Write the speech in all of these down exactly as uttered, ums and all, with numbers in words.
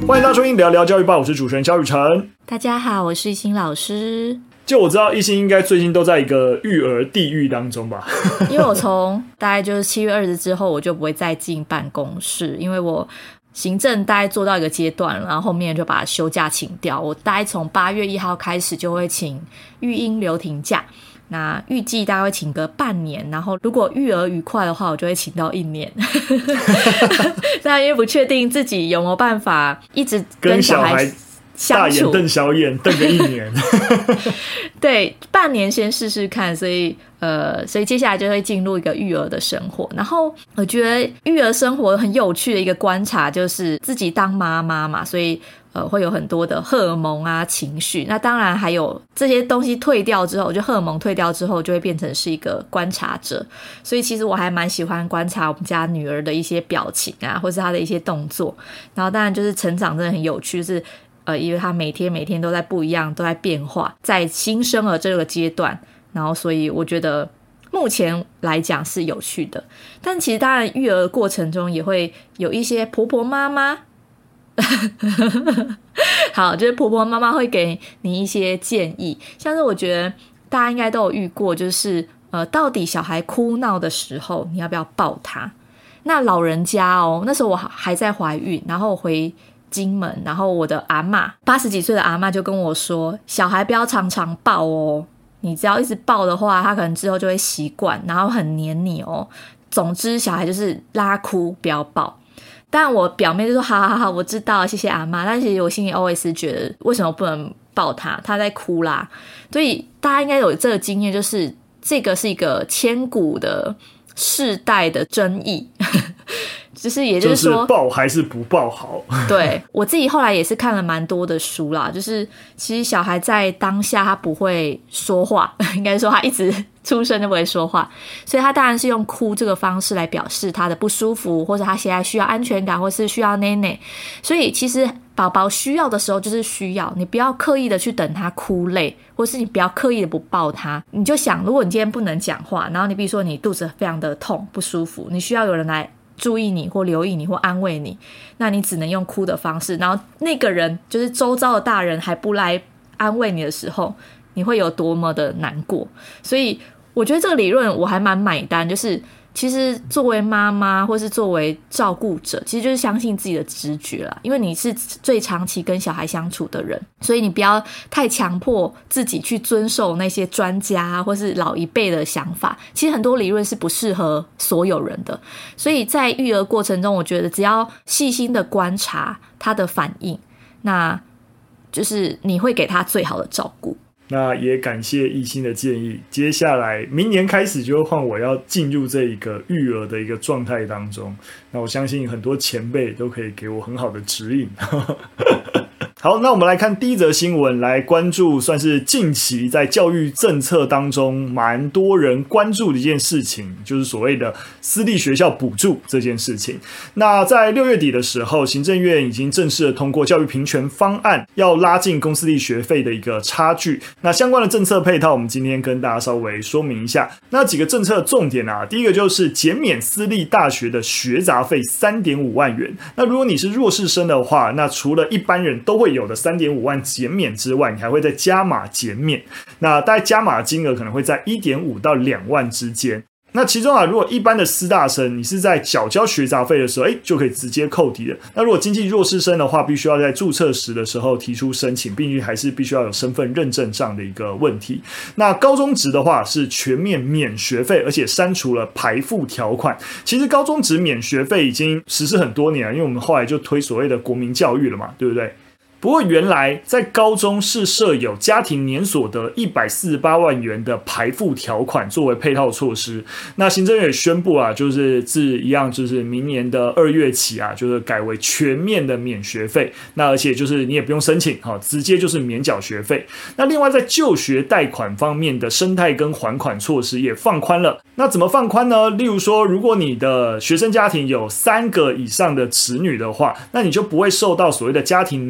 欢迎大家收听聊聊教育吧，我是主持人焦雨晨。 大家好，我是一心老师。 就我知道，一心应该最近都在一个育儿地狱当中吧？ 因为我从大概就是七月二十之后，我就不会再进办公室，因为我行政大概做到一个阶段，然后后面就把休假请掉。我大概从八月一号开始就会请育婴留停假。那预计大概会请个半年，然后如果育儿愉快的话，我就会请到一年。但因为不确定自己有没有办法一直跟小孩相处， 大眼瞪小眼瞪个一年。 对，半年先试试看，所以呃，所以接下来就会进入一个育儿的生活。然后我觉得育儿生活很有趣的一个观察就是自己当妈妈嘛，所以呃，会有很多的荷尔蒙啊情绪，那当然还有这些东西退掉之后，就荷尔蒙退掉之后就会变成是一个观察者，所以其实我还蛮喜欢观察我们家女儿的一些表情啊，或是她的一些动作。然后当然就是成长真的很有趣，就是呃，因为她每天每天都在不一样，都在变化，在新生儿这个阶段，然后所以我觉得目前来讲是有趣的。但其实当然育儿过程中也会有一些婆婆妈妈好，就是婆婆妈妈会给你一些建议，像是我觉得大家应该都有遇过，就是呃，到底小孩哭闹的时候你要不要抱他？那老人家哦，那时候我还在怀孕，然后回金门，然后我的阿嬷八十几岁的阿嬷就跟我说，小孩不要常常抱哦，你只要一直抱的话，他可能之后就会习惯，然后很黏你哦。总之小孩就是让他哭不要抱。但我表妹就说好好好，我知道，谢谢阿嬷。但其实我心里 always 觉得为什么不能抱他，他在哭啦。所以大家应该有这个经验，就是这个是一个千古的世代的争议。就是也就是说， 就是抱还是不抱好。 对，我自己后来也是看了蛮多的书啦，就是其实小孩在当下他不会说话，应该说他一直出生就不会说话，所以他当然是用哭这个方式来表示他的不舒服，或者他现在需要安全感，或是需要奶奶。所以其实宝宝需要的时候就是需要，你不要刻意的去等他哭累，或是你不要刻意的不抱他。你就想，如果你今天不能讲话，然后你比如说你肚子非常的痛不舒服，你需要有人来注意你或留意你或安慰你，那你只能用哭的方式，然后那个人就是周遭的大人还不来安慰你的时候，你会有多么的难过。所以我觉得这个理论我还蛮买单，就是其实作为妈妈或是作为照顾者，其实就是相信自己的直觉啦，因为你是最长期跟小孩相处的人，所以你不要太强迫自己去遵守那些专家或是老一辈的想法，其实很多理论是不适合所有人的。所以在育儿过程中，我觉得只要细心的观察他的反应，那就是你会给他最好的照顾。 那也感谢一心的建议，接下来明年开始就会换我要进入这一个育儿的一个状态当中，那我相信很多前辈都可以给我很好的指引。好，那我们来看第一则新闻，来关注算是近期在教育政策当中蛮多人关注的一件事情，就是所谓的私立学校补助这件事情。那在六月底的时候，行政院已经正式的通过教育平权方案，要拉近公私立学费的一个差距。那相关的政策配套，我们今天跟大家稍微说明一下。那几个政策的重点啊，第一个就是减免私立大学的学杂费 三点五万元。那如果你是弱势生的话，那除了一般人都会有的 三点五万减免之外，你还会再加码减免，那大概加码金额可能会在 一点五到两万之间。那其中啊，如果一般的私大生，你是在缴交学杂费的时候，哎，就可以直接扣抵了。那如果经济弱势生的话，必须要在注册时的时候提出申请，并且还是必须要有身份认证上的一个问题。那高中职的话是全面免学费，而且删除了排付条款。其实高中职免学费已经实施很多年了，因为我们后来就推所谓的国民教育了嘛，对不对？不过原来在高中是设有家庭年所得一百四十八万元的排付条款作为配套措施。那行政院也宣布啊，就是自一样就是明年的二月起啊，就是改为全面的免学费。那而且就是你也不用申请，直接就是免缴学费。那另外在就学贷款方面的生态跟还款措施也放宽了。那怎么放宽呢？例如说，如果你的学生家庭有三个以上的子女的话，那你就不会受到所谓的家庭年所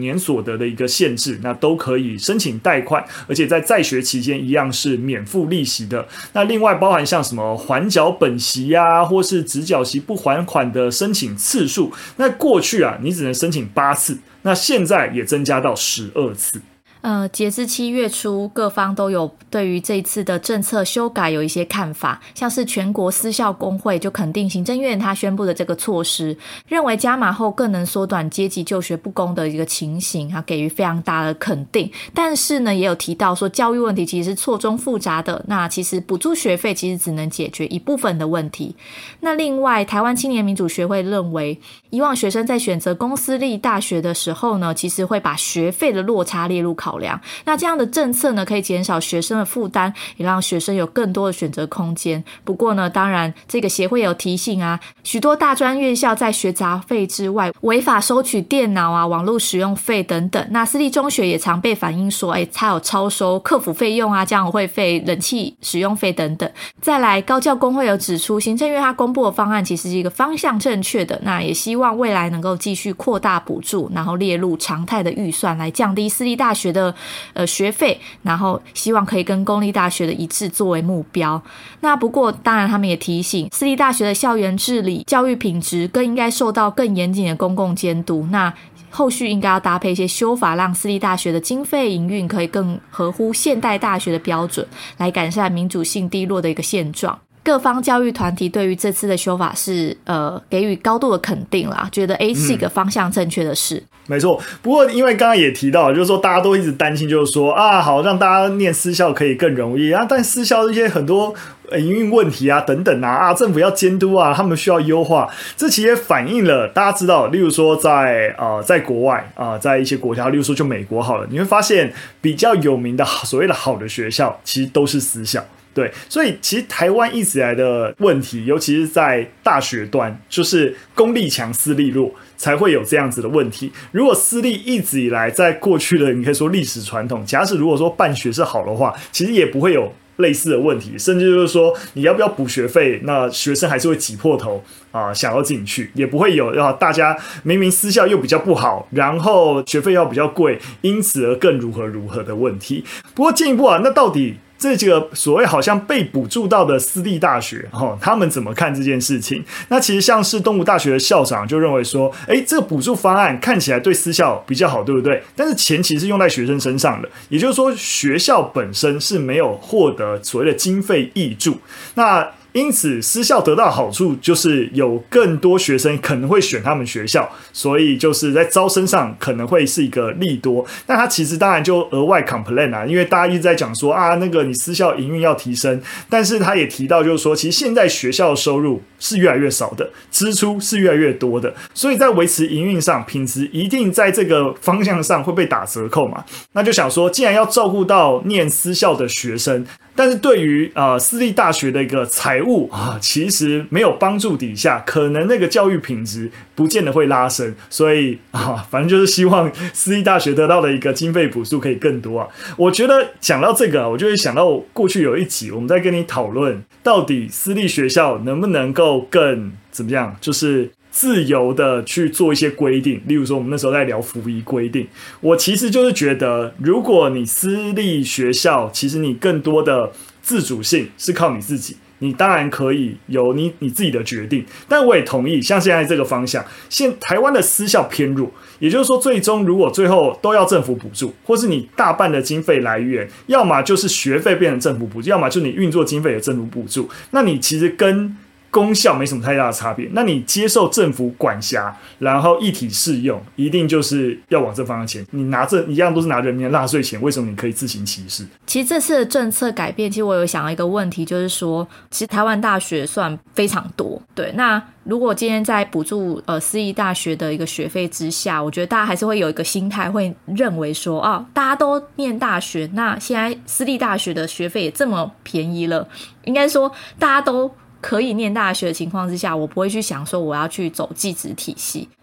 得的一个限制，那都可以申请贷款，而且在在学期间一样是免付利息的。那另外包含像什么缓缴本息啊，或是只缴息不还款的申请次数，那过去啊你只能申请八次，那现在也增加到十二次。 呃，截至七月初，各方都有对于这一次的政策修改有一些看法，像是全国私校工会就肯定行政院他宣布的这个措施，认为加码后更能缩短阶级就学不公的一个情形，他给予非常大的肯定。但是呢，也有提到说教育问题其实是错综复杂的，那其实补助学费其实只能解决一部分的问题。那另外，台湾青年民主学会认为，以往学生在选择公私立大学的时候呢，其实会把学费的落差列入考量。那这样的政策呢，可以减少学生的负担，也让学生有更多的选择空间。不过呢，当然这个协会有提醒啊，许多大专院校在学杂费之外，违法收取电脑啊、网络使用费等等。那私立中学也常被反映说，哎，它有超收课辅费用啊、家长会费、冷气使用费等等。再来，高教工会有指出，行政院它公布的方案其实是一个方向正确的，那也希望未来能够继续扩大补助，然后列入常态的预算，来降低私立大学的呃学费，然后希望可以跟公立大学的一致作为目标。那不过当然他们也提醒，私立大学的校园治理、教育品质更应该受到更严谨的公共监督。那后续应该要搭配一些修法，让私立大学的经费营运可以更合乎现代大学的标准，来改善民主性低落的一个现状。各方教育团体对于这次的修法是呃给予高度的肯定啦，觉得 A 是一个方向正确的事。 嗯，没错。不过因为刚刚也提到，就是说大家都一直担心，就是说啊，好让大家念私校可以更容易啊，但私校这些很多营运问题啊等等啊啊，政府要监督啊，他们需要优化。这其实也反映了大家知道，例如说在呃在国外啊、呃，在一些国家，例如说就美国好了，你会发现比较有名的所谓的好的学校，其实都是私校。对，所以其实台湾一直以来的问题，尤其是在大学端，就是公立强私立弱，才会有这样子的问题。如果私立一直以来在过去的你可以说历史传统，假使如果说办学是好的话，其实也不会有类似的问题，甚至就是说你要不要补学费，那学生还是会挤破头啊、呃、想要进去，也不会有啊大家明明私校又比较不好，然后学费要比较贵，因此而更如何如何的问题。不过进一步啊，那到底这几个所谓好像被补助到的私立大学、哦、他们怎么看这件事情？那其实像是东吴大学的校长就认为说，诶，这个补助方案看起来对私校比较好，对不对？但是钱其实是用在学生身上的，也就是说学校本身是没有获得所谓的经费挹注。那因此私校得到的好处就是有更多学生可能会选他们学校，所以就是在招生上可能会是一个利多。但他其实当然就额外 complain 啊，因为大家一直在讲说啊，那个你私校营运要提升，但是他也提到就是说，其实现在学校的收入是越来越少的，支出是越来越多的，所以在维持营运上，品质一定在这个方向上会被打折扣嘛。那就想说，既然要照顾到念私校的学生，但是对于呃私立大学的一个财务啊，其实没有帮助底下，可能那个教育品质不见得会拉升，所以啊，反正就是希望私立大学得到的一个经费补助可以更多啊。我觉得讲到这个，我就会想到过去有一集我们在跟你讨论，到底私立学校能不能够更怎么样，就是自由的去做一些规定，例如说我们那时候在聊服仪规定，我其实就是觉得，如果你私立学校，其实你更多的自主性是靠你自己，你当然可以有你你自己的决定，但我也同意，像现在这个方向，现台湾的私校偏弱，也就是说，最终如果最后都要政府补助，或是你大半的经费来源，要么就是学费变成政府补助，要么就是你运作经费的政府补助，那你其实跟公校没什么太大的差别，那你接受政府管辖，然后一体适用，一定就是要往这方向前。你拿这一样都是拿人民的纳税钱，为什么你可以自行歧视？ 其实这次的政策改变，其实我有想到一个问题，就是说，其实台湾大学算非常多，对，那如果今天在补助呃私立大学的一个学费之下，我觉得大家还是会有一个心态，会认为说，哦，大家都念大学，那现在私立大学的学费也这么便宜了，应该说大家都可以念大学的情况之下，我不会去想说我要去走技职体系，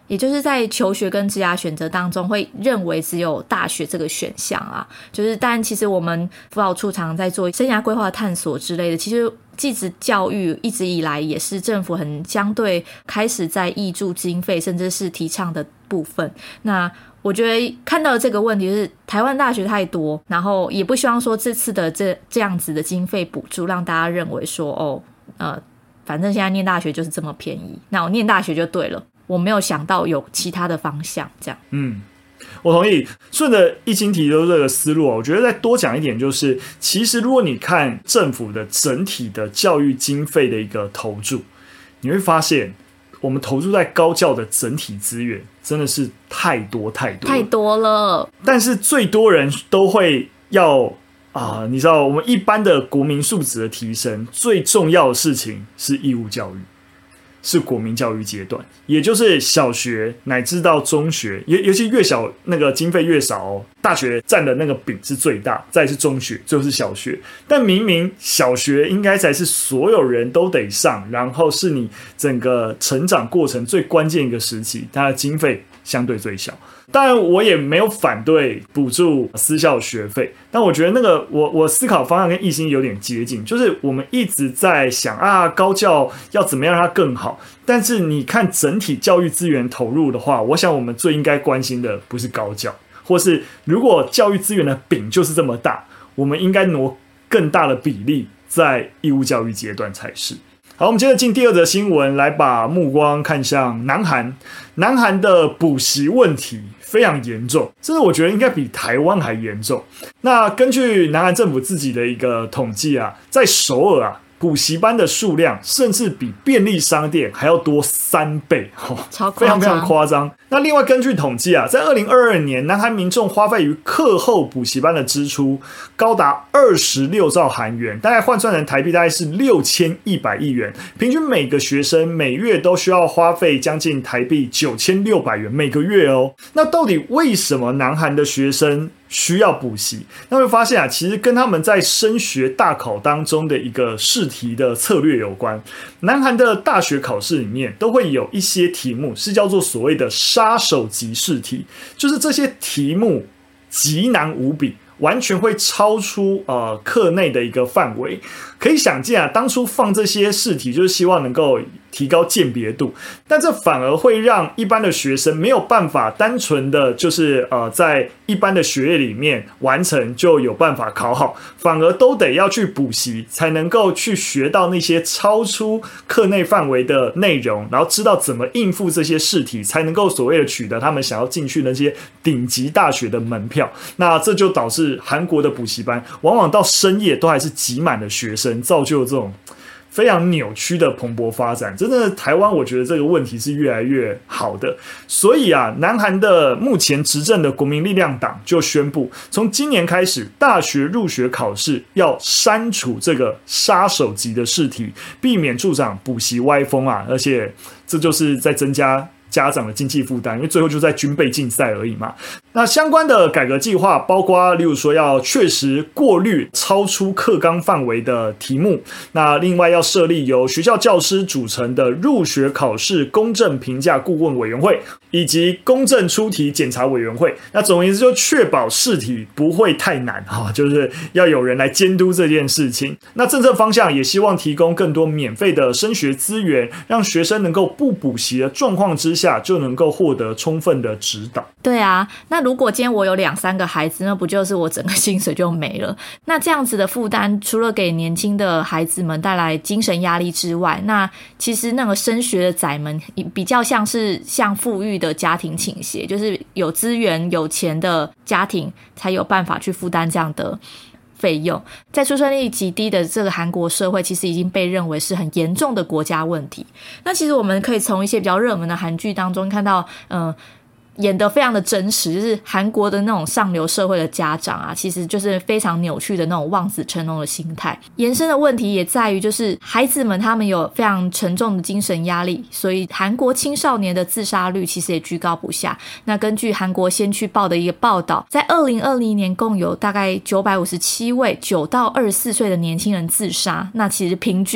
也就是在求学跟职涯选择当中会认为只有大学这个选项啊，就是但其实我们辅导处常在做生涯规划探索之类的，其实技职教育一直以来也是政府很相对开始在挹注经费甚至是提倡的部分。那我觉得看到的这个问题就是台湾大学太多，然后也不希望说这次的这这样子的经费补助让大家认为说哦呃反正现在念大学就是这么便宜，那我念大学就对了，我没有想到有其他的方向这样。 嗯，我同意。顺着一心提出这个思路，我觉得再多讲一点，就是其实如果你看政府的整体的教育经费的一个投注，你会发现我们投注在高教的整体资源真的是太多太多太多了， 但是最多人都会要啊，你知道我们一般的国民素质的提升最重要的事情是义务教育，是国民教育阶段，也就是小学乃至到中学，尤其越小那个经费越少哦，大学占的那个饼是最大，再是中学，最后是小学。但明明小学应该才是所有人都得上，然后是你整个成长过程最关键一个时期，它的经费相对最小。当然我也没有反对补助私校学费，但我觉得那个我我思考方向跟一心有点接近，就是我们一直在想啊高教要怎么样让它更好，但是你看整体教育资源投入的话，我想我们最应该关心的不是高教，或是如果教育资源的饼就是这么大，我们应该挪更大的比例在义务教育阶段才是。好，我们接着进第二则新闻，来把目光看向南韩。南韩的补习问题非常严重，甚至我觉得应该比台湾还严重。那根据南韩政府自己的一个统计啊，在首尔啊，补习班的数量甚至比便利商店还要多三倍，哦、 超夸张， 非常非常夸张。那另外根据统计啊，在二零二二年，南韩民众花费于课后补习班的支出高达二十六兆韩元，大概换算成台币大概是六千一百亿元，平均每个学生每月都需要花费将近台币九千六百元每个月哦。那到底为什么南韩的学生需要补习？那会发现啊，其实跟他们在升学大考当中的一个试题的策略有关。南韩的大学考试里面都会有一些题目是叫做所谓的杀手级试题，就是这些题目极难无比，完全会超出呃课内的一个范围。可以想见啊，当初放这些试题就是希望能够提高鉴别度，但这反而会让一般的学生没有办法单纯的就是呃在一般的学业里面完成就有办法考好，反而都得要去补习才能够去学到那些超出课内范围的内容，然后知道怎么应付这些试题，才能够所谓的取得他们想要进去那些顶级大学的门票。那这就导致韩国的补习班往往到深夜都还是挤满了学生，造就这种非常扭曲的蓬勃发展。真的台湾我觉得这个问题是越来越好的。所以啊，南韩的目前执政的国民力量党就宣布，从今年开始大学入学考试要删除这个杀手级的试题，避免助长补习歪风啊，而且这就是在增加家长的经济负担，因为最后就在军备竞赛而已嘛。那相关的改革计划包括例如说要确实过滤超出课纲范围的题目，那另外要设立由学校教师组成的入学考试公正评价顾问委员会，以及公正出题检查委员会。那总而言之就确保试题不会太难，就是要有人来监督这件事情。那政策方向也希望提供更多免费的升学资源，让学生能够不补习的状况之下就能够获得充分的指导。 对啊，那如果今天我有两三个孩子，那不就是我整个薪水就没了？那这样子的负担除了给年轻的孩子们带来精神压力之外，那其实那个升学的仔们比较像是向富裕的家庭倾斜，就是有资源有钱的家庭才有办法去负担这样的费用。在出生率极低的这个韩国社会，其实已经被认为是很严重的国家问题。那其实我们可以从一些比较热门的韩剧当中看到，嗯、呃。演得非常的真实，就是韩国的那种上流社会的家长啊，其实就是非常扭曲的那种望子成龙的心态。延伸的问题也在于，就是孩子们他们有非常沉重的精神压力，所以韩国青少年的自杀率其实也居高不下。那根据韩国先驱报的一个报道，在二零二零年共有大概九百五十七位九到二十四岁的年轻人自杀，那其实平均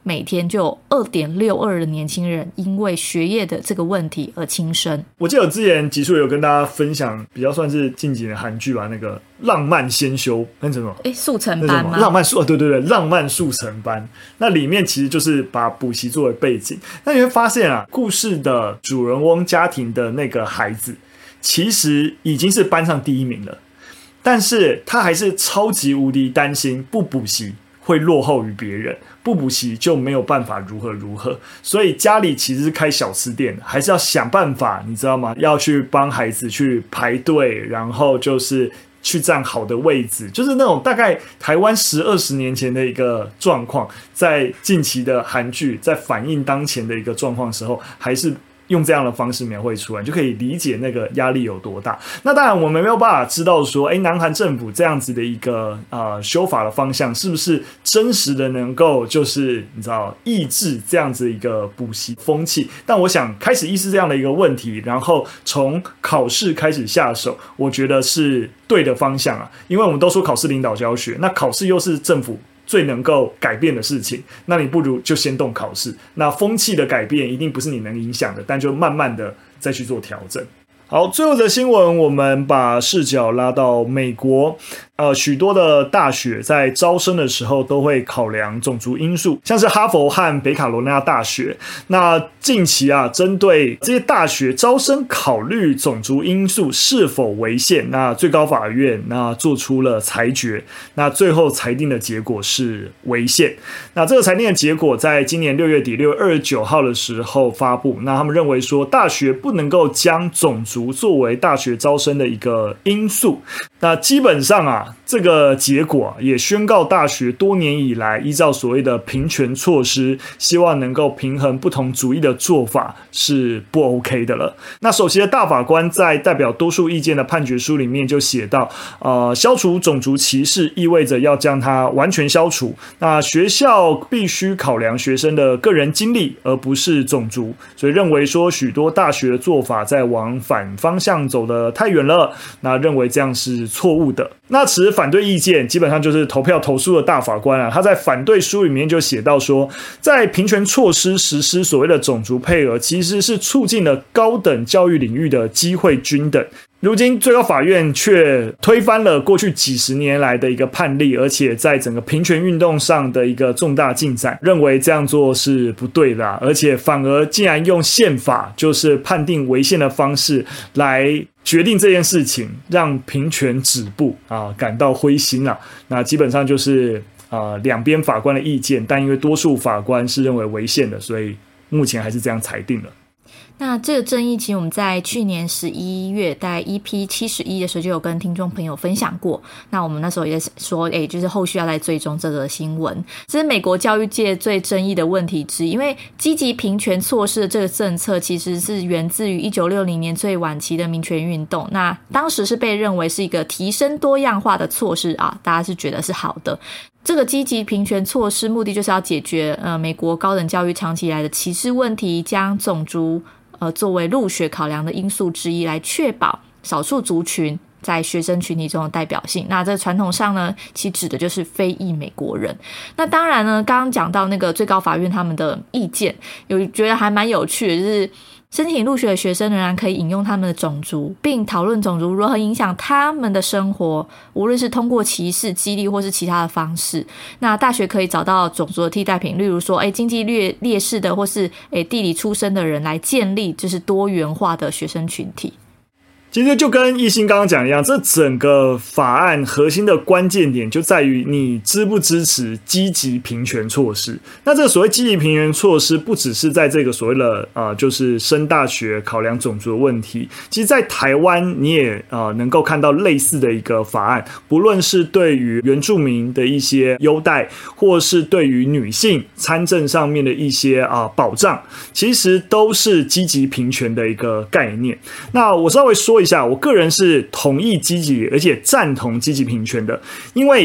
每天就有 二点六二 的年轻人因为学业的这个问题而轻生。 我记得我之前集数有跟大家分享比较算是近几年韩剧吧，那个浪漫先修那什么， 诶，速成班吗？ 浪漫速、哦、对对对，浪漫速成班。那里面其实就是把补习作为背景，那你会发现啊，故事的主人翁家庭的那个孩子其实已经是班上第一名了，但是他还是超级无敌担心不补习会落后于别人，不补习就没有办法如何如何，所以家里其实是开小吃店，还是要想办法，你知道吗？要去帮孩子去排队，然后就是去占好的位置，就是那种大概台湾十二十年前的一个状况，在近期的韩剧在反映当前的一个状况的时候，还是用这样的方式描绘出来，就可以理解那个压力有多大。那当然我们没有办法知道说，哎，南韩政府这样子的一个呃修法的方向是不是真实的能够就是你知道抑制这样子一个补习风气，但我想开始意识这样的一个问题，然后从考试开始下手，我觉得是对的方向啊。因为我们都说考试领导教学，那考试又是政府最能够改变的事情，那你不如就先动考试。那风气的改变一定不是你能影响的，但就慢慢的再去做调整。好，最后的新闻，我们把视角拉到美国。呃，许多的大学在招生的时候都会考量种族因素，像是哈佛和北卡罗来纳大学。那近期啊，针对这些大学招生考虑种族因素是否违宪，那最高法院那做出了裁决，那最后裁定的结果是违宪。那这个裁定的结果在今年六月底六月二十九号的时候发布。那他们认为说，大学不能够将种族作为大学招生的一个因素。那基本上啊，这个结果、啊、也宣告大学多年以来依照所谓的平权措施，希望能够平衡不同主义的做法是不 OK 的了。那首席的大法官在代表多数意见的判决书里面就写到，呃，消除种族歧视意味着要将它完全消除。那学校必须考量学生的个人经历，而不是种族。所以认为说，许多大学的做法在往反方向走得太远了。那认为这样是错误的。那持反对意见基本上就是投票投诉的大法官啊，他在反对书里面就写到说，在平权措施实施所谓的种族配额，其实是促进了高等教育领域的机会均等。如今最高法院却推翻了过去几十年来的一个判例，而且在整个平权运动上的一个重大进展，认为这样做是不对的、啊、而且反而竟然用宪法就是判定违宪的方式来决定这件事情，让平权止步啊，感到灰心啊。那基本上就是啊两边法官的意见，但因为多数法官是认为违宪的，所以目前还是这样裁定了。 那这个争议其实我们在去年十一月大概 E P 七十一 的时候就有跟听众朋友分享过，那我们那时候也说诶，就是后续要来追踪这个新闻。这是美国教育界最争议的问题之一，因为积极平权措施的这个政策其实是源自于一九六零年最晚期的民权运动，那当时是被认为是一个提升多样化的措施啊，大家是觉得是好的。这个积极平权措施目的就是要解决呃美国高等教育长期以来的歧视问题，将种族呃作为入学考量的因素之一，来确保少数族群在学生群体中的代表性。那这传统上呢，其实指的就是非裔美国人。那当然呢，刚刚讲到那个最高法院他们的意见，有觉得还蛮有趣的，就是申请入学的学生仍然可以引用他们的种族，并讨论种族如何影响他们的生活，无论是通过歧视、激励或是其他的方式。那大学可以找到种族的替代品，例如说，哎，经济劣劣势的或是哎地理出身的人来建立就是多元化的学生群体。 其实就跟奕欣刚刚讲的一样，这整个法案核心的关键点就在于你支不支持积极平权措施。那这个所谓积极平权措施，不只是在这个所谓的呃，就是升大学考量种族的问题，其实在台湾你也呃能够看到类似的一个法案，不论是对于原住民的一些优待，或是对于女性参政上面的一些啊、呃、保障，其实都是积极平权的一个概念。那我稍微说一下，我个人是同意积极而且赞同积极平权的，因为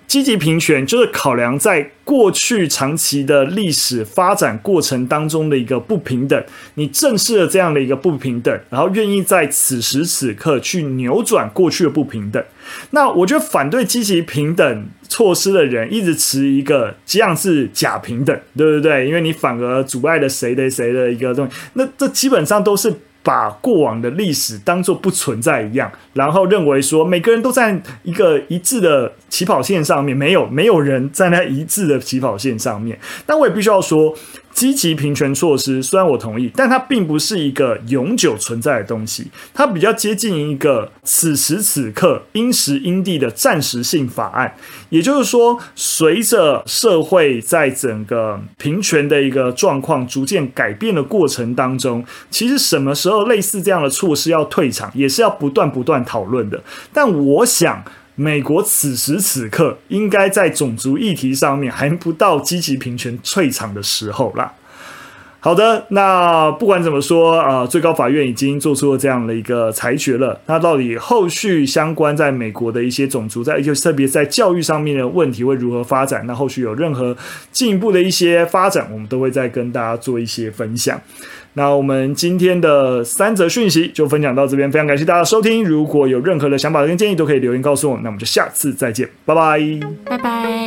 积极平权就是考量在过去长期的历史发展过程当中的一个不平等，你正视了这样的一个不平等，然后愿意在此时此刻去扭转过去的不平等。那我觉得反对积极平等措施的人一直持一个这样是假平等，对不对？因为你反而阻碍了谁的谁的一个东西，那这基本上都是把过往的历史当作不存在一样，然后认为说每个人都在一个一致的起跑线上面，没有没有人站在一致的起跑线上面。但我也必须要说，积极平权措施虽然我同意，但它并不是一个永久存在的东西，它比较接近一个此时此刻因时因地的暂时性法案。也就是说，随着社会在整个平权的一个状况逐渐改变的过程当中，其实什么时候类似这样的措施要退场，也是要不断不断讨论的。但我想美国此时此刻应该在种族议题上面还不到积极平权退场的时候啦。好的，那不管怎么说，呃，最高法院已经做出了这样的一个裁决了。那到底后续相关在美国的一些种族在，就特别在教育上面的问题会如何发展？那后续有任何进一步的一些发展，我们都会再跟大家做一些分享。那我们今天的三则讯息就分享到这边，非常感谢大家的收听。如果有任何的想法跟建议，都可以留言告诉我。那我们就下次再见，拜拜， 拜拜。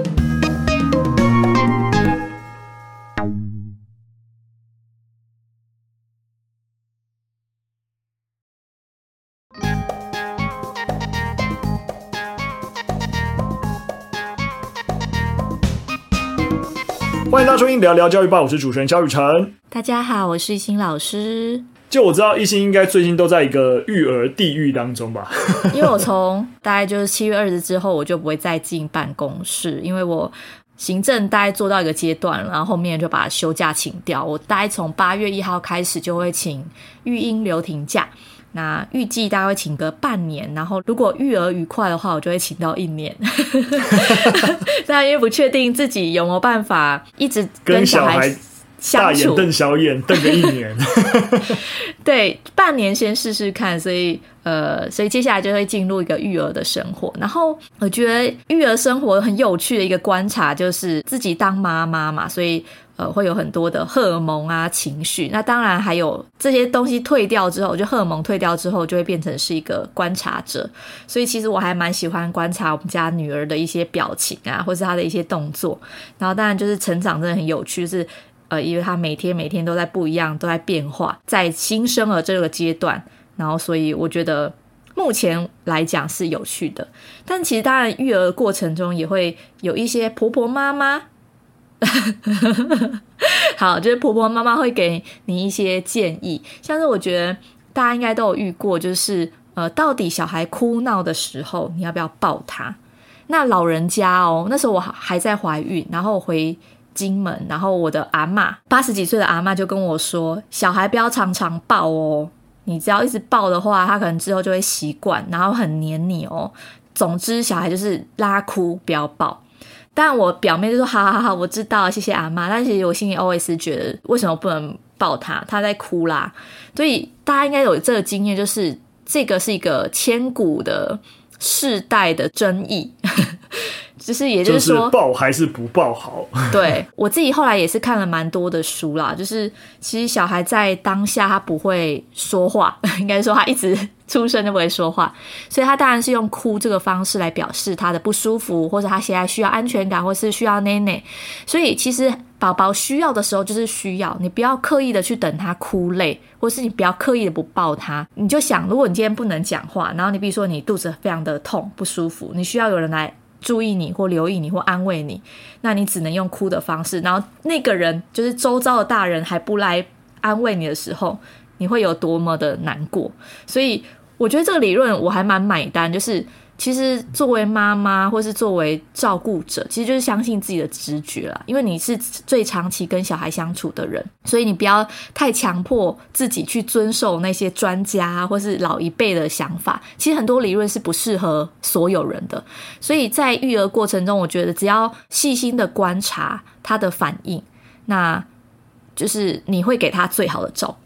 欢迎大家收听聊聊教育吧，我是主持人萧雨晨。 大家好，我是一心老师。 就我知道，一心应该最近都在一个育儿地狱当中吧？ 因为我从大概就是七月二十之后，我就不会再进办公室，因为我行政大概做到一个阶段，然后后面就把休假请掉。我大概从八月一号开始就会请育婴留停假。那预计大概会请个半年，然后如果育儿愉快的话，我就会请到一年。但因为不确定自己有没有办法一直跟小孩相处，大眼瞪小眼瞪个一年。 对，半年先试试看，所以呃，所以接下来就会进入一个育儿的生活。然后我觉得育儿生活很有趣的一个观察就是自己当妈妈嘛，所以呃，会有很多的荷尔蒙啊情绪，那当然还有这些东西退掉之后，就荷尔蒙退掉之后就会变成是一个观察者，所以其实我还蛮喜欢观察我们家女儿的一些表情啊，或是她的一些动作。然后当然就是成长真的很有趣，就是呃，因为她每天每天都在不一样，都在变化，在新生儿这个阶段，然后所以我觉得目前来讲是有趣的。但其实当然育儿过程中也会有一些婆婆妈妈好，就是婆婆妈妈会给你一些建议，像是我觉得大家应该都有遇过，就是呃，到底小孩哭闹的时候你要不要抱他？那老人家哦，那时候我还在怀孕，然后回金门，然后我的阿嬷八十几岁的阿嬷就跟我说，小孩不要常常抱哦，你只要一直抱的话，他可能之后就会习惯，然后很黏你哦。总之小孩就是拉哭不要抱。但我表妹就说好好好，我知道，谢谢阿嬷。但其实我心里 always 觉得为什么不能抱他，他在哭啦。所以大家应该有这个经验，就是这个是一个千古的世代的争议。就是也就是说， 就是抱还是不抱好？ 对，我自己后来也是看了蛮多的书啦，就是其实小孩在当下他不会说话，应该说他一直出生就不会说话，所以他当然是用哭这个方式来表示他的不舒服，或者他现在需要安全感，或是需要奶奶。所以其实宝宝需要的时候就是需要，你不要刻意的去等他哭累，或是你不要刻意的不抱他。你就想，如果你今天不能讲话，然后你比如说你肚子非常的痛不舒服，你需要有人来注意你或留意你或安慰你，那你只能用哭的方式，然后那个人就是周遭的大人还不来安慰你的时候，你会有多么的难过。所以我觉得这个理论我还蛮买单，就是其实作为妈妈或是作为照顾者，其实就是相信自己的直觉啦，因为你是最长期跟小孩相处的人，所以你不要太强迫自己去遵守那些专家或是老一辈的想法，其实很多理论是不适合所有人的。所以在育儿过程中，我觉得只要细心的观察他的反应，那就是你会给他最好的照顾。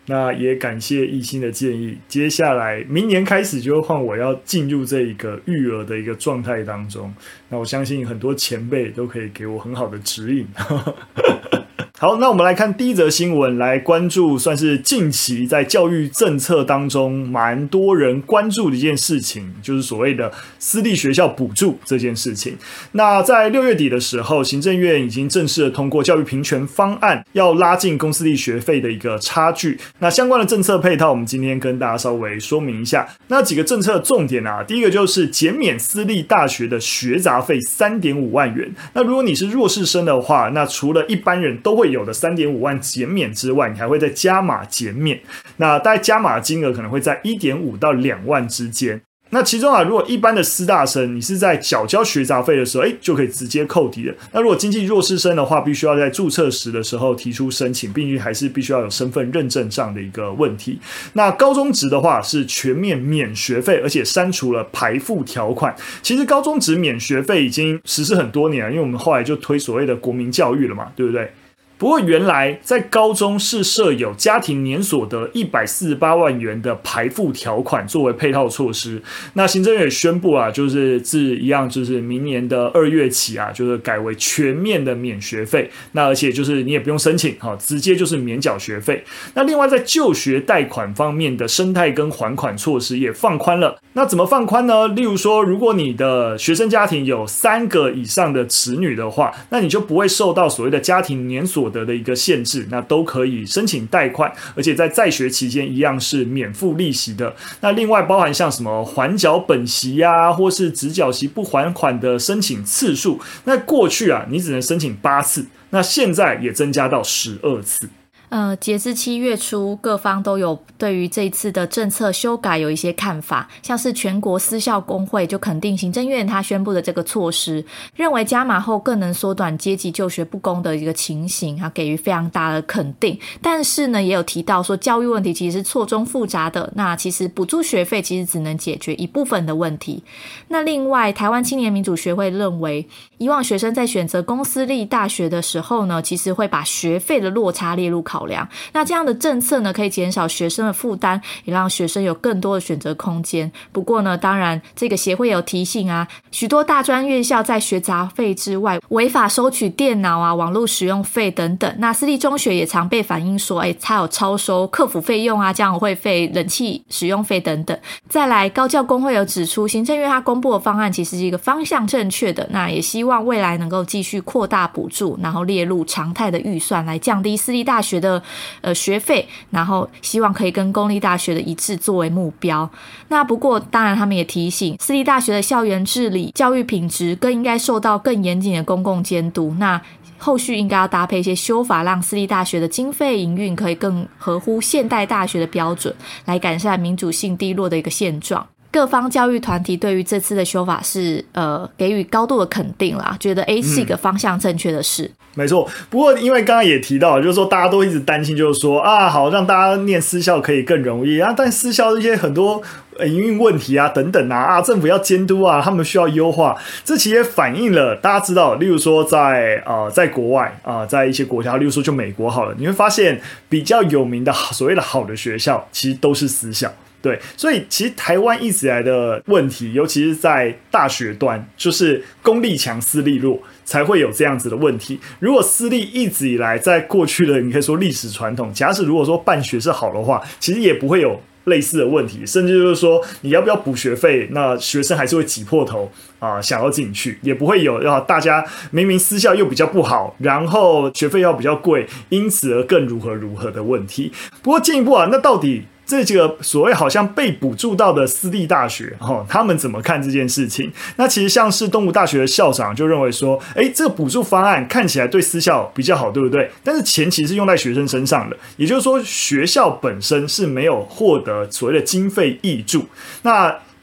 那也感谢一心的建议，接下来明年开始就会换我要进入这一个育儿的一个状态当中。那我相信很多前辈都可以给我很好的指引。好，那我们来看第一则新闻，来关注算是近期在教育政策当中蛮多人关注的一件事情，就是所谓的私立学校补助这件事情。那在六月底的时候，行政院已经正式的通过教育平权方案，要拉近公私立学费的一个差距。那相关的政策配套，我们今天跟大家稍微说明一下。那几个政策重点啊，第一个就是减免私立大学的学杂费 三点五万元。那如果你是弱势生的话，那除了一般人都会有的 三点五万减免之外，你还会再加码减免，那大概加码金额可能会在 一点五到两万之间。那其中啊，如果一般的私大生，你是在缴交学杂费的时候，哎，就可以直接扣抵了。那如果经济弱势生的话，必须要在注册时的时候提出申请，并且还是必须要有身份认证上的一个问题。那高中职的话是全面免学费，而且删除了排付条款。其实高中职免学费已经实施很多年了，因为我们后来就推所谓的国民教育了嘛，对不对？不过原来在高中是设有家庭年所得一百四十八万元的排付条款作为配套措施。那行政院也宣布啊，就是自一样就是明年的二月起啊，就是改为全面的免学费。那而且就是你也不用申请，直接就是免缴学费。那另外在就学贷款方面的生态跟还款措施也放宽了。那怎么放宽呢？例如说，如果你的学生家庭有三个以上的子女的话，那你就不会受到所谓的家庭年所得的一个限制，那都可以申请贷款，而且在在学期间一样是免付利息的。那另外包含像什么还缴本息啊，或是只缴息不还款的申请次数，那过去啊你只能申请八次，那现在也增加到十二次。 呃，截至七月初，各方都有对于这一次的政策修改有一些看法，像是全国私校工会就肯定行政院他宣布的这个措施，认为加码后更能缩短阶级就学不公的一个情形，他给予非常大的肯定。但是呢，也有提到说教育问题其实是错综复杂的，那其实补助学费其实只能解决一部分的问题。那另外，台湾青年民主学会认为，以往学生在选择公私立大学的时候呢，其实会把学费的落差列入考量。那这样的政策呢，可以减少学生的负担，也让学生有更多的选择空间。不过呢，当然这个协会有提醒啊，许多大专院校在学杂费之外，违法收取电脑啊、网络使用费等等。那私立中学也常被反映说，哎，它有超收课辅费用啊、家长会费、冷气使用费等等。再来，高教工会有指出，行政院它公布的方案其实是一个方向正确的，那也希望未来能够继续扩大补助，然后列入常态的预算，来降低私立大学的呃学费，然后希望可以跟公立大学的一致作为目标。那不过当然他们也提醒，私立大学的校园治理、教育品质更应该受到更严谨的公共监督。那后续应该要搭配一些修法，让私立大学的经费营运可以更合乎现代大学的标准，来改善民主性低落的一个现状。各方教育团体对于这次的修法是呃给予高度的肯定啦，觉得诶是一个方向正确的事。 嗯，没错。不过因为刚刚也提到，就是说大家都一直担心，就是说啊，好让大家念私校可以更容易啊，但私校这些很多营运问题啊等等啊啊，政府要监督啊，他们需要优化。这其实也反映了大家知道，例如说在呃在国外啊、呃，在一些国家，例如说就美国好了，你会发现比较有名的所谓的好的学校，其实都是私校。对，所以其实台湾一直以来的问题，尤其是在大学端，就是公立强私立弱，才会有这样子的问题。如果私立一直以来在过去的你可以说历史传统，假使如果说办学是好的话，其实也不会有类似的问题，甚至就是说你要不要补学费，那学生还是会挤破头啊、呃、想要进去，也不会有啊大家明明私校又比较不好，然后学费要比较贵，因此而更如何如何的问题。不过进一步啊，那到底这几个所谓好像被补助到的私立大学、哦、他们怎么看这件事情？那其实像是东吴大学的校长就认为说，诶，这个补助方案看起来对私校比较好，对不对？但是钱其实是用在学生身上的，也就是说学校本身是没有获得所谓的经费挹注。那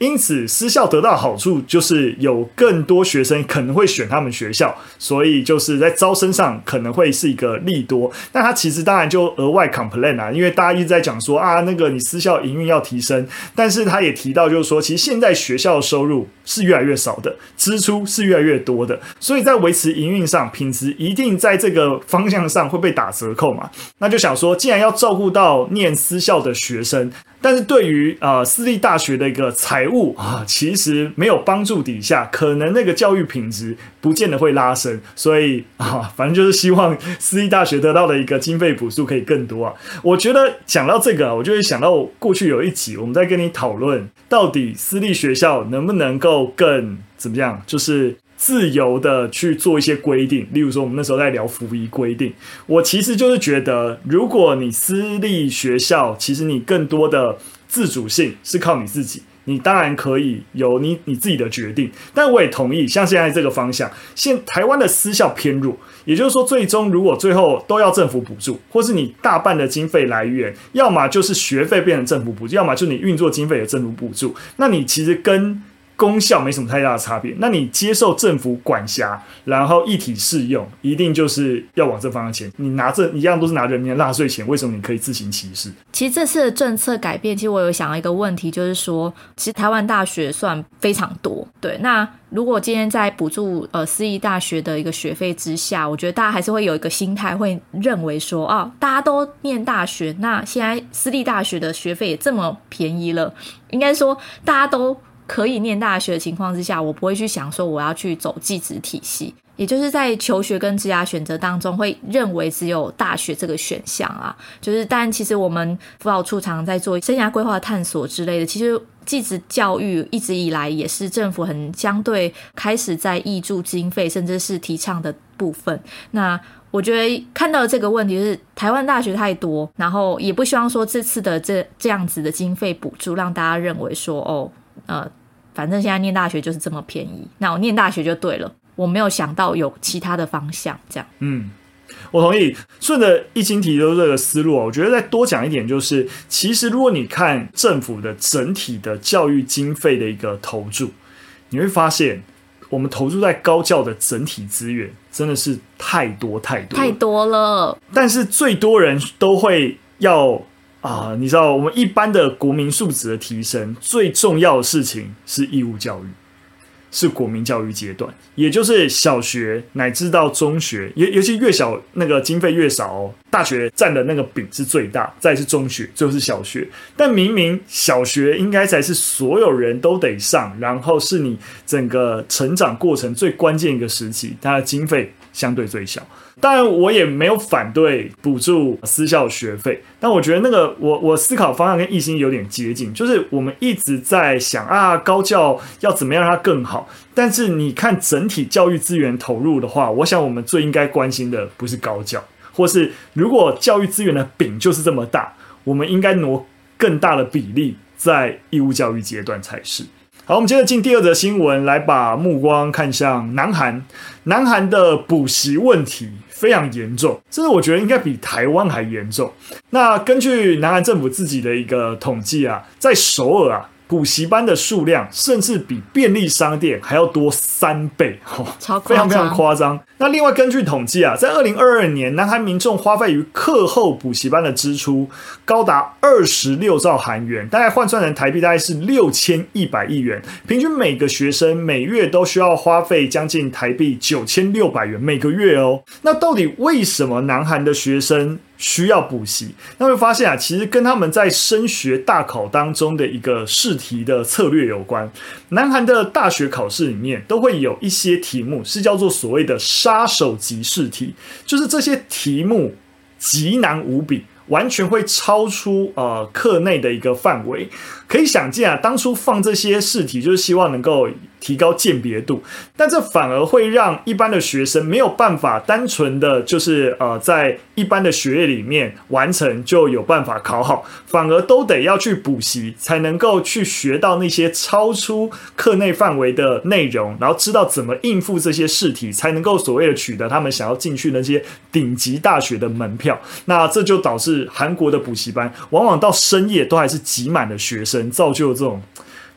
因此私校得到的好处就是有更多学生可能会选他们学校，所以就是在招生上可能会是一个利多。那他其实当然就额外 complain 啊，因为大家一直在讲说啊，那个你私校营运要提升，但是他也提到就是说，其实现在学校的收入是越来越少的，支出是越来越多的，所以在维持营运上，品质一定在这个方向上会被打折扣嘛。那就想说，既然要照顾到念私校的学生，但是对于呃私立大学的一个财务啊，其实没有帮助底下，可能那个教育品质不见得会拉升，所以啊，反正就是希望私立大学得到的一个经费补助可以更多啊。我觉得讲到这个啊，我就会想到过去有一集我们在跟你讨论，到底私立学校能不能够更怎么样，就是自由的去做一些规定，例如说我们那时候在聊服仪规定，我其实就是觉得，如果你私立学校，其实你更多的自主性是靠你自己，你当然可以有你你自己的决定，但我也同意，像现在这个方向，现台湾的私校偏弱，也就是说，最终如果最后都要政府补助，或是你大半的经费来源，要么就是学费变成政府补助，要么就是你运作经费的政府补助，那你其实跟公校没什么太大的差别，那你接受政府管辖，然后一体适用，一定就是要往这方向前。你拿这一样都是拿人民的纳税钱，为什么你可以自行其事？ 其实这次的政策改变，其实我有想到一个问题，就是说，其实台湾大学算非常多，对，那如果今天在补助呃私立大学的一个学费之下，我觉得大家还是会有一个心态，会认为说，哦，大家都念大学，那现在私立大学的学费也这么便宜了，应该说大家都可以念大学的情况之下，我不会去想说我要去走技职体系，也就是在求学跟职涯选择当中会认为只有大学这个选项啊，就是但其实我们辅导处常在做生涯规划探索之类的，其实技职教育一直以来也是政府很相对开始在挹注经费甚至是提倡的部分。那我觉得看到的这个问题是台湾大学太多，然后也不希望说这次的这这样子的经费补助让大家认为说哦呃，反正现在念大学就是这么便宜，那我念大学就对了，我没有想到有其他的方向这样。 嗯，我同意，顺着一清提出这个思路，我觉得再多讲一点，就是其实如果你看政府的整体的教育经费的一个投注，你会发现我们投注在高教的整体资源真的是太多太多了太多了，但是最多人都会要啊，你知道我们一般的国民素质的提升，最重要的事情是义务教育，是国民教育阶段，也就是小学乃至到中学，尤其越小那个经费越少哦，大学占的那个饼是最大，再是中学，最后是小学。但明明小学应该才是所有人都得上，然后是你整个成长过程最关键一个时期，它的经费相对最小。当然我也没有反对补助私校学费，但我觉得那个我我思考方向跟艺兴有点接近，就是我们一直在想啊，高教要怎么样让它更好，但是你看整体教育资源投入的话，我想我们最应该关心的不是高教，或是如果教育资源的饼就是这么大，我们应该挪更大的比例在义务教育阶段才是。好，我们接着进第二则新闻，来把目光看向南韩。南韩的补习问题非常严重，甚至我觉得应该比台湾还严重。那根据南韩政府自己的一个统计啊，在首尔啊，补习班的数量甚至比便利商店还要多三倍，哦、 超夸张， 非常非常夸张。那另外根据统计啊，在二零二二年，南韩民众花费于课后补习班的支出高达二十六兆韩元，大概换算成台币大概是六千一百亿元，平均每个学生每月都需要花费将近台币九千六百元每个月哦。那到底为什么南韩的学生需要补习？那会发现啊，其实跟他们在升学大考当中的一个试题的策略有关。南韩的大学考试里面都会有一些题目是叫做所谓的杀手级试题，就是这些题目极难无比，完全会超出呃课内的一个范围。可以想见啊，当初放这些试题就是希望能够提高鉴别度，但这反而会让一般的学生没有办法单纯的就是呃在一般的学业里面完成就有办法考好，反而都得要去补习才能够去学到那些超出课内范围的内容，然后知道怎么应付这些试题，才能够所谓的取得他们想要进去那些顶级大学的门票。那这就导致韩国的补习班往往到深夜都还是挤满的学生，造就这种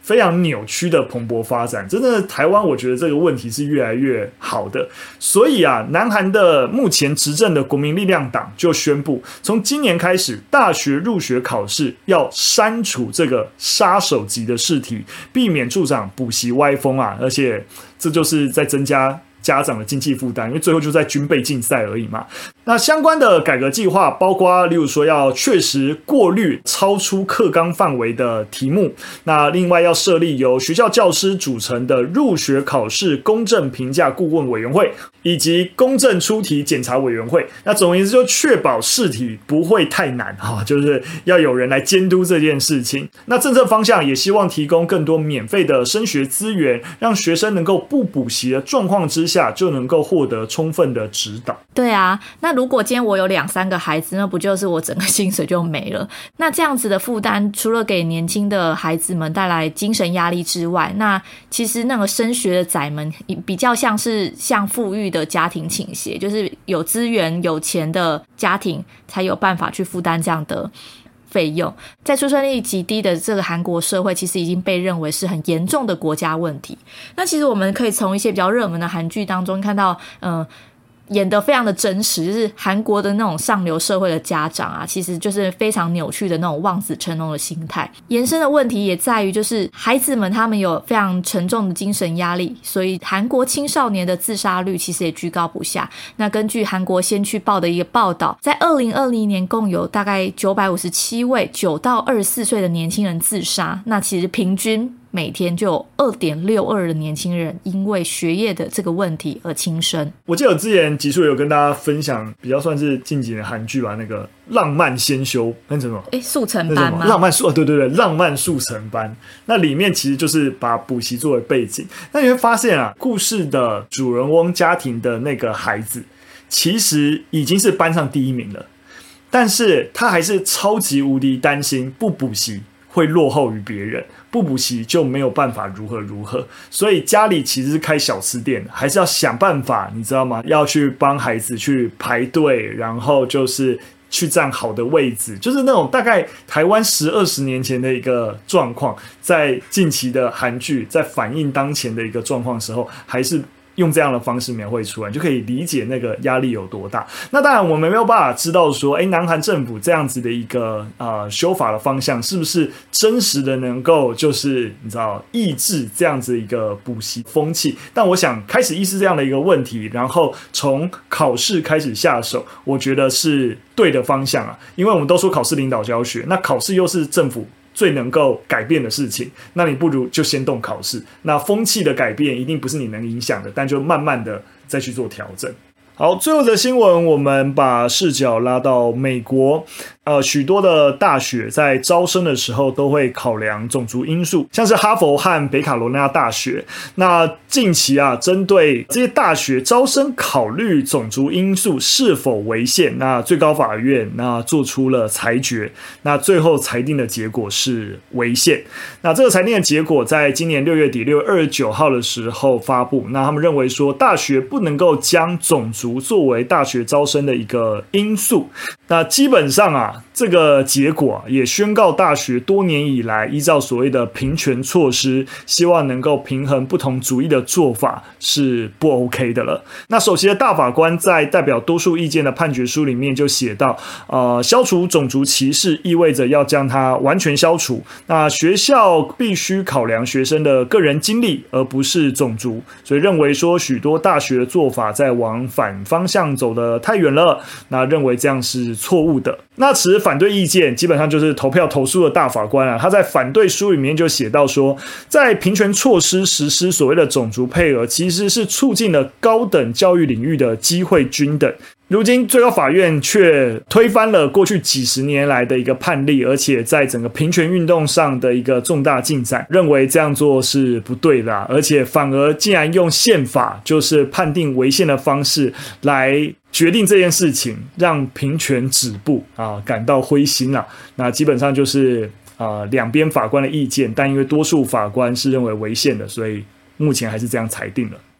非常扭曲的蓬勃发展。真的台湾我觉得这个问题是越来越好的，所以啊，南韩的目前执政的国民力量党就宣布，从今年开始，大学入学考试要删除这个杀手级的试题，避免助长补习歪风啊，而且这就是在增加家长的经济负担，因为最后就在军备竞赛而已嘛。那相关的改革计划包括，例如说要确实过滤超出课纲范围的题目，那另外要设立由学校教师组成的入学考试公正评价顾问委员会，以及公正出题检查委员会。那总而言之，就确保试题不会太难，就是要有人来监督这件事情。那政策方向也希望提供更多免费的升学资源，让学生能够不补习的状况之下就能够获得充分的指导。 对啊，那如果今天我有两三个孩子，那不就是我整个薪水就没了？那这样子的负担，除了给年轻的孩子们带来精神压力之外，那其实那个升学的仔们比较像是向富裕的家庭倾斜，就是有资源有钱的家庭才有办法去负担这样的费用。在出生率极低的这个韩国社会，其实已经被认为是很严重的国家问题。那其实我们可以从一些比较热门的韩剧当中看到，嗯、呃。演得非常的真实，就是韩国的那种上流社会的家长啊，其实就是非常扭曲的那种望子成龙的心态。延伸的问题也在于，就是孩子们他们有非常沉重的精神压力，所以韩国青少年的自杀率其实也居高不下。那根据韩国先驱报的一个报道，在二零二零年共有大概九百五十七位九到二十四岁的年轻人自杀，那其实平均每天就有 二点六二 的年轻人因为学业的这个问题而轻生。 我记得我之前集数有跟大家分享比较算是近几年韩剧吧，那个浪漫先修那什么诶速成班吗？ 浪漫速、哦、对对对浪漫速成班，那里面其实就是把补习作为背景。那你会发现啊，故事的主人翁家庭的那个孩子其实已经是班上第一名了，但是他还是超级无敌担心不补习会落后于别人，不补习就没有办法如何如何，所以家里其实是开小吃店，还是要想办法，你知道吗？要去帮孩子去排队，然后就是去占好的位置，就是那种大概台湾十二十年前的一个状况，在近期的韩剧在反映当前的一个状况的时候，还是用这样的方式描绘出来，就可以理解那个压力有多大。那当然我们没有办法知道说，哎，南韩政府这样子的一个呃修法的方向是不是真实的能够就是你知道抑制这样子一个补习风气。但我想开始意识这样的一个问题，然后从考试开始下手，我觉得是对的方向啊。因为我们都说考试领导教学，那考试又是政府最能够改变的事情，那你不如就先动考试。那风气的改变一定不是你能影响的，但就慢慢的再去做调整。好，最后的新闻，我们把视角拉到美国。呃，许多的大学在招生的时候都会考量种族因素，像是哈佛和北卡罗来纳大学。那近期啊，针对这些大学招生考虑种族因素是否违宪，那最高法院那做出了裁决，那最后裁定的结果是违宪。那这个裁定的结果在今年六月底六月二十九号的时候发布。那他们认为说，大学不能够将种族作为大学招生的一个因素。那基本上啊，这个结果也宣告大学多年以来依照所谓的平权措施，希望能够平衡不同主义的做法是不 OK 的了。那首席的大法官在代表多数意见的判决书里面就写到，呃，消除种族歧视意味着要将它完全消除。那学校必须考量学生的个人经历，而不是种族。所以认为说，许多大学的做法在往反方向走得太远了，那认为这样是错误的。那持反对意见基本上就是投票投诉的大法官啊，他在反对书里面就写到说，在平权措施实施所谓的种族配额，其实是促进了高等教育领域的机会均等。如今最高法院却推翻了过去几十年来的一个判例，而且在整个平权运动上的一个重大进展，认为这样做是不对的、啊、而且反而竟然用宪法就是判定违宪的方式来决定这件事情，让平权止步啊，感到灰心了、啊。那基本上就是啊两边法官的意见，但因为多数法官是认为违宪的，所以目前还是这样裁定了。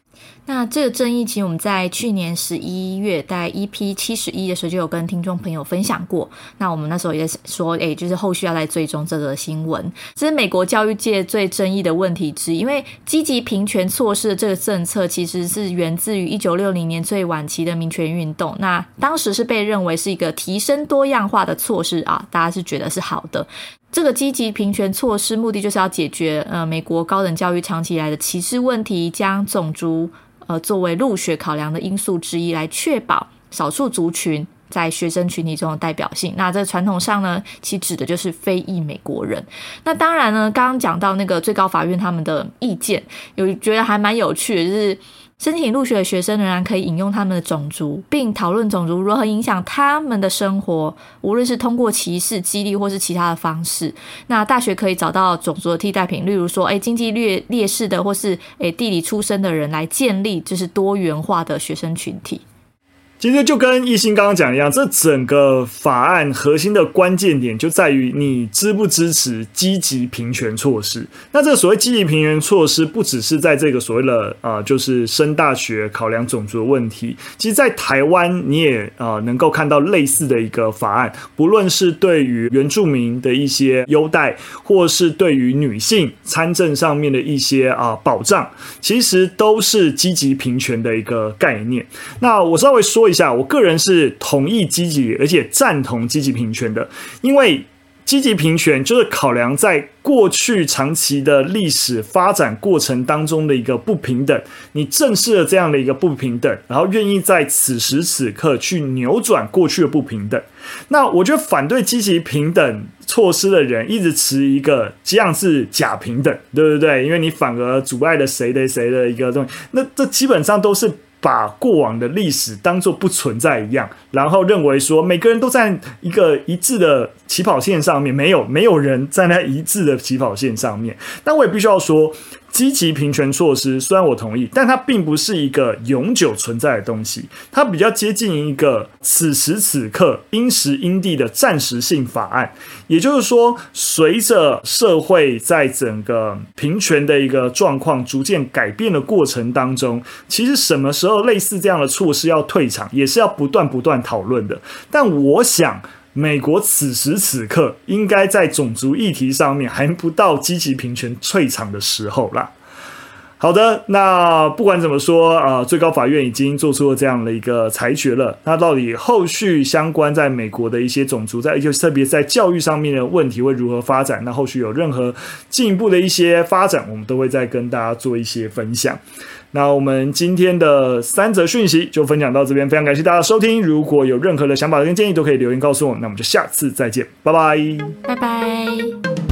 那这个争议其实我们在去年十一月大概 E P 七十一的时候就有跟听众朋友分享过，那我们那时候也说诶，就是后续要来追踪这个新闻。这是美国教育界最争议的问题之一，因为积极平权措施的这个政策其实是源自于一九六零年最晚期的民权运动，那当时是被认为是一个提升多样化的措施啊，大家是觉得是好的。这个积极平权措施目的就是要解决呃美国高等教育长期以来的歧视问题，将种族呃，作为入学考量的因素之一，来确保少数族群在学生群体中的代表性。那这传统上呢，其指的就是非裔美国人。那当然呢，刚刚讲到那个最高法院他们的意见，有觉得还蛮有趣的，就是申请入学的学生仍然可以引用他们的种族，并讨论种族如何影响他们的生活，无论是通过歧视、激励或是其他的方式。那大学可以找到种族的替代品，例如说，诶经济劣劣势的或是诶地理出身的人来建立就是多元化的学生群体。 其实就跟奕欣刚刚讲一样，这整个法案核心的关键点就在于你支不支持积极平权措施。那这个所谓积极平权措施，不只是在这个所谓的呃，就是升大学考量种族的问题，其实在台湾你也呃能够看到类似的一个法案，不论是对于原住民的一些优待，或是对于女性参政上面的一些啊、呃、保障，其实都是积极平权的一个概念。那我稍微说一下，我个人是同意积极而且赞同积极平权的，因为积极平权就是考量在过去长期的历史发展过程当中的一个不平等，你正视了这样的一个不平等，然后愿意在此时此刻去扭转过去的不平等。那我觉得反对积极平等措施的人一直持一个这样是假平等，对不对？因为你反而阻碍了谁的谁的一个东西，那这基本上都是把过往的历史当作不存在一样，然后认为说每个人都在一个一致的起跑线上面，没有没有人站在一致的起跑线上面。但我也必须要说，积极平权措施虽然我同意，但它并不是一个永久存在的东西，它比较接近一个此时此刻因时因地的暂时性法案。也就是说，随着社会在整个平权的一个状况逐渐改变的过程当中，其实什么时候类似这样的措施要退场，也是要不断不断讨论的。但我想美国此时此刻应该在种族议题上面还不到积极平权退场的时候啦。好的，那不管怎么说，呃，最高法院已经做出了这样的一个裁决了。那到底后续相关在美国的一些种族在，就特别在教育上面的问题会如何发展？那后续有任何进一步的一些发展，我们都会再跟大家做一些分享。那我们今天的三则讯息就分享到这边，非常感谢大家的收听。如果有任何的想法跟建议，都可以留言告诉我。那我们就下次再见，拜拜， 拜拜。